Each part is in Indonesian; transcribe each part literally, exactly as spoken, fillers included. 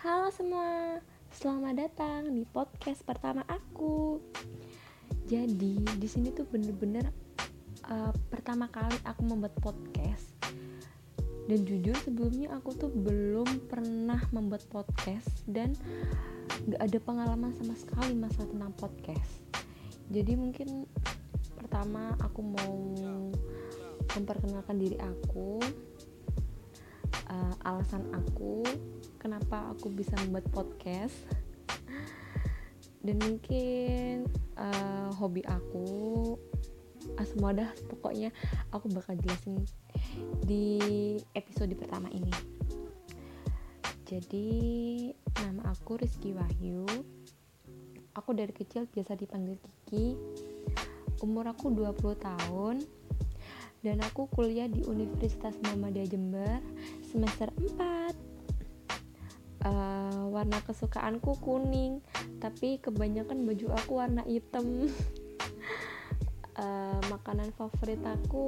Halo semua, selamat datang di podcast pertama aku. Jadi di sini tuh bener-bener uh, pertama kali aku membuat podcast. Dan jujur sebelumnya aku tuh belum pernah membuat podcast dan gak ada pengalaman sama sekali masalah tentang podcast. Jadi mungkin pertama aku mau memperkenalkan diri aku, uh, alasan aku kenapa aku bisa membuat podcast, dan mungkin uh, hobi aku, ah, semua dah pokoknya aku bakal jelasin di episode pertama ini. Jadi nama aku Rizky Wahyu, aku dari kecil biasa dipanggil Kiki, umur aku dua puluh tahun, dan aku kuliah di Universitas Muhammadiyah Jember semester empat. Uh, warna kesukaanku kuning, tapi kebanyakan baju aku warna hitam. uh, makanan favorit aku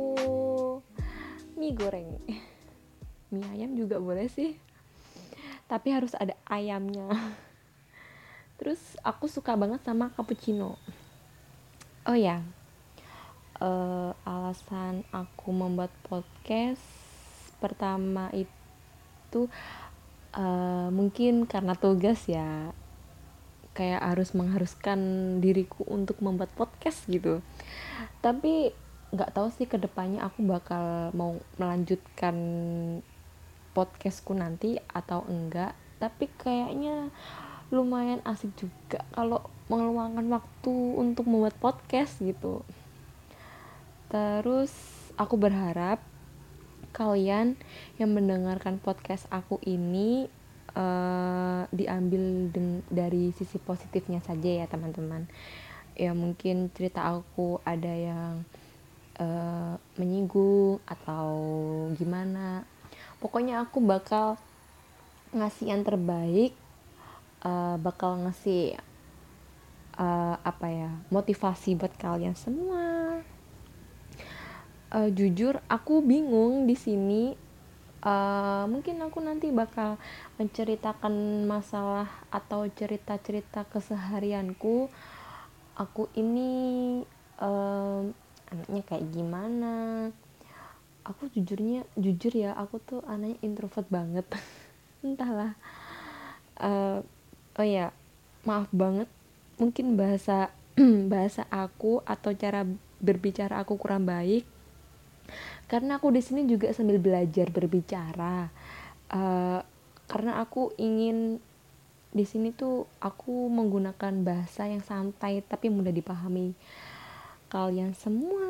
mie goreng, mie ayam juga boleh sih, tapi harus ada ayamnya. Terus aku suka banget sama cappuccino. Oh ya, uh, alasan aku membuat podcast pertama itu uh, mungkin karena tugas ya, kayak harus mengharuskan diriku untuk membuat podcast gitu. Tapi nggak tahu sih kedepannya aku bakal mau melanjutkan podcastku nanti atau enggak. Tapi kayaknya lumayan asik juga kalau meluangkan waktu untuk membuat podcast gitu. Terus aku berharap kalian yang mendengarkan podcast aku ini uh, diambil deng- dari sisi positifnya saja ya teman-teman. Ya mungkin cerita aku ada yang uh, menyinggung atau gimana. Pokoknya aku bakal ngasih yang terbaik, uh, bakal ngasih uh, apa ya, motivasi buat kalian semua. Uh, jujur aku bingung di sini. Uh, mungkin aku nanti bakal menceritakan masalah atau cerita-cerita keseharianku. Aku ini um, anaknya kayak gimana. Aku jujurnya jujur ya, aku tuh anaknya introvert banget. Entahlah. Uh, oh ya, maaf banget. Mungkin bahasa bahasa aku atau cara berbicara aku kurang baik. Karena aku di sini juga sambil belajar berbicara. Uh, karena aku ingin di sini tuh aku menggunakan bahasa yang santai tapi mudah dipahami kalian semua.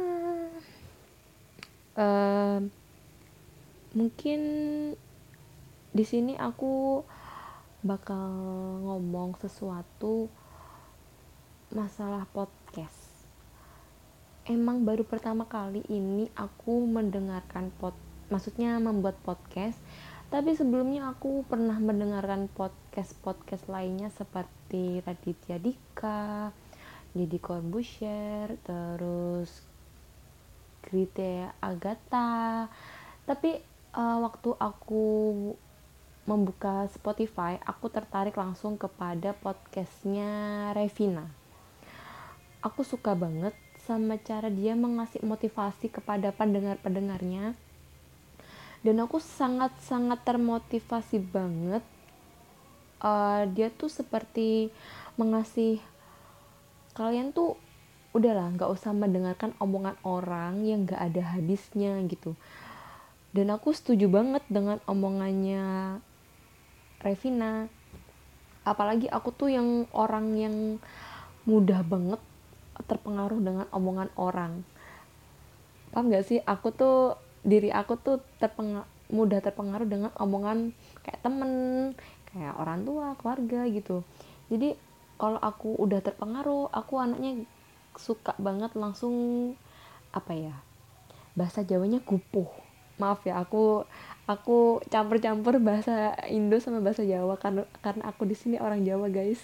Uh, mungkin di sini aku bakal ngomong sesuatu masalah podcast. Emang baru pertama kali ini aku mendengarkan pod, maksudnya membuat podcast. Tapi sebelumnya aku pernah mendengarkan podcast-podcast lainnya seperti Raditya Dika, Deddy Corbuzier, terus Grite Agatha. Tapi uh, waktu aku membuka Spotify, aku tertarik langsung kepada podcastnya Revina. Aku suka banget sama cara dia mengasih motivasi kepada pendengar-pendengarnya, dan aku sangat-sangat termotivasi banget. Uh, dia tuh seperti mengasih kalian tuh udahlah nggak usah mendengarkan omongan orang yang nggak ada habisnya gitu. Dan aku setuju banget dengan omongannya Revina. Apalagi aku tuh yang orang yang mudah banget terpengaruh dengan omongan orang. Paham gak sih? Aku tuh, diri aku tuh terpengaruh, mudah terpengaruh dengan omongan kayak temen, kayak orang tua, keluarga gitu. Jadi kalau aku udah terpengaruh, aku anaknya suka banget langsung apa ya, bahasa Jawanya gupuh. Maaf ya, aku aku campur-campur bahasa Indo sama bahasa Jawa karena karena aku di sini orang Jawa guys.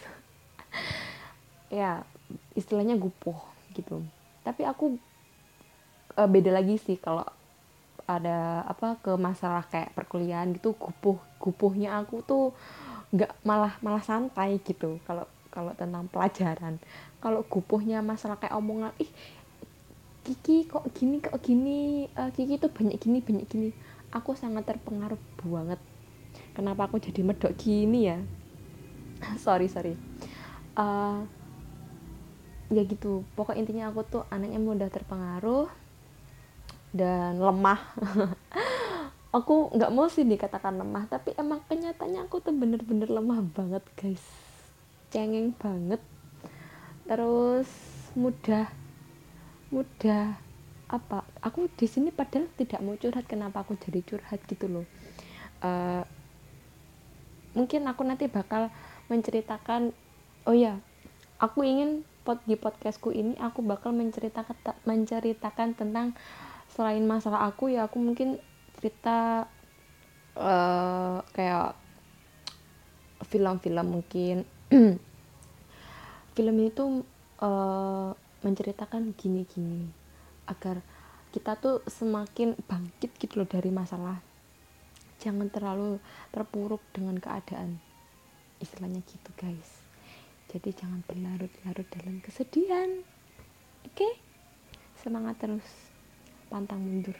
Ya istilahnya gupuh gitu. Tapi aku uh, beda lagi sih kalau ada apa ke masalah kayak perkuliahan gitu. Gupuh gupuhnya aku tuh nggak malah malah santai gitu kalau kalau tentang pelajaran. Kalau gupuhnya masalah kayak omongan, ih Kiki kok gini kok gini, uh, Kiki tuh banyak gini banyak gini, aku sangat terpengaruh banget. Kenapa aku jadi medok gini ya? sorry sorry uh, ya gitu, pokok intinya aku tuh anaknya mudah terpengaruh dan lemah. Aku nggak mau sih dikatakan lemah, tapi emang kenyataannya aku tuh bener-bener lemah banget guys, cengeng banget. Terus mudah mudah apa, aku di sini padahal tidak mau curhat, kenapa aku jadi curhat gitu loh. Uh, mungkin aku nanti bakal menceritakan, oh ya, aku ingin pod, di podcastku ini aku bakal menceritakan menceritakan tentang selain masalah aku ya, aku mungkin cerita uh, kayak film-film mungkin. Film itu uh, menceritakan gini-gini agar kita tuh semakin bangkit gitu loh dari masalah, jangan terlalu terpuruk dengan keadaan, istilahnya gitu guys. Jadi jangan berlarut-larut dalam kesedihan, oke okay? Semangat terus, pantang mundur.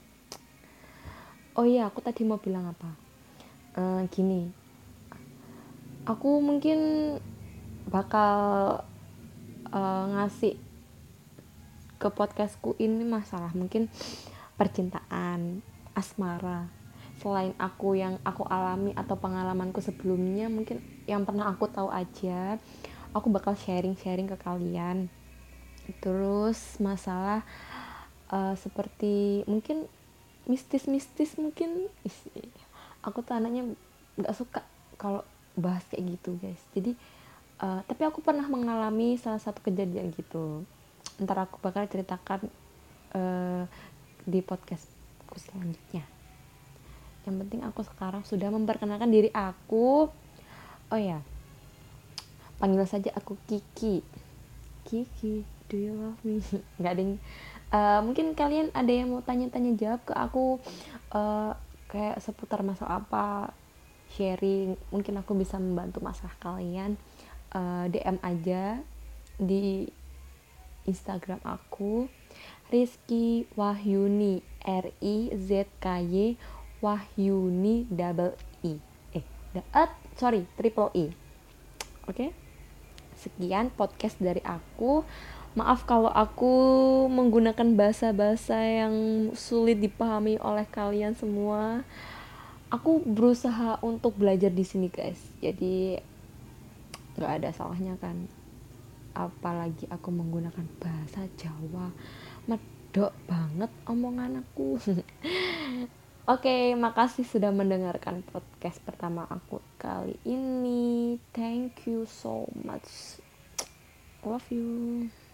Oh iya, aku tadi mau bilang apa, uh, gini, aku mungkin bakal uh, ngasih ke podcastku ini masalah mungkin percintaan, asmara. Selain aku yang aku alami atau pengalamanku sebelumnya, mungkin yang pernah aku tahu aja, aku bakal sharing-sharing ke kalian. Terus masalah uh, seperti mungkin mistis-mistis mungkin, aku tuh anaknya nggak suka kalau bahas kayak gitu guys. Jadi uh, tapi aku pernah mengalami salah satu kejadian gitu, ntar aku bakal ceritakan uh, di podcastku selanjutnya. Yang penting aku sekarang sudah memperkenalkan diri aku. Oh ya, panggil saja aku Kiki. Kiki, do you love me? Nggak ding. Uh, mungkin kalian ada yang mau tanya-tanya jawab ke aku, uh, kayak seputar masalah apa, sharing. Mungkin aku bisa membantu masalah kalian. Uh, D M aja di Instagram aku, Rizky Wahyuni, R I Z K Y Wahyuni double I eh uh, sorry triple I. Oke, okay? Sekian podcast dari aku. Maaf kalau aku menggunakan bahasa-bahasa yang sulit dipahami oleh kalian semua. Aku berusaha untuk belajar di sini guys, jadi nggak ada salahnya kan. Apalagi aku menggunakan bahasa Jawa, medok banget omongan aku. Oke, makasih sudah mendengarkan podcast pertama aku kali ini. Thank you so much. Love you.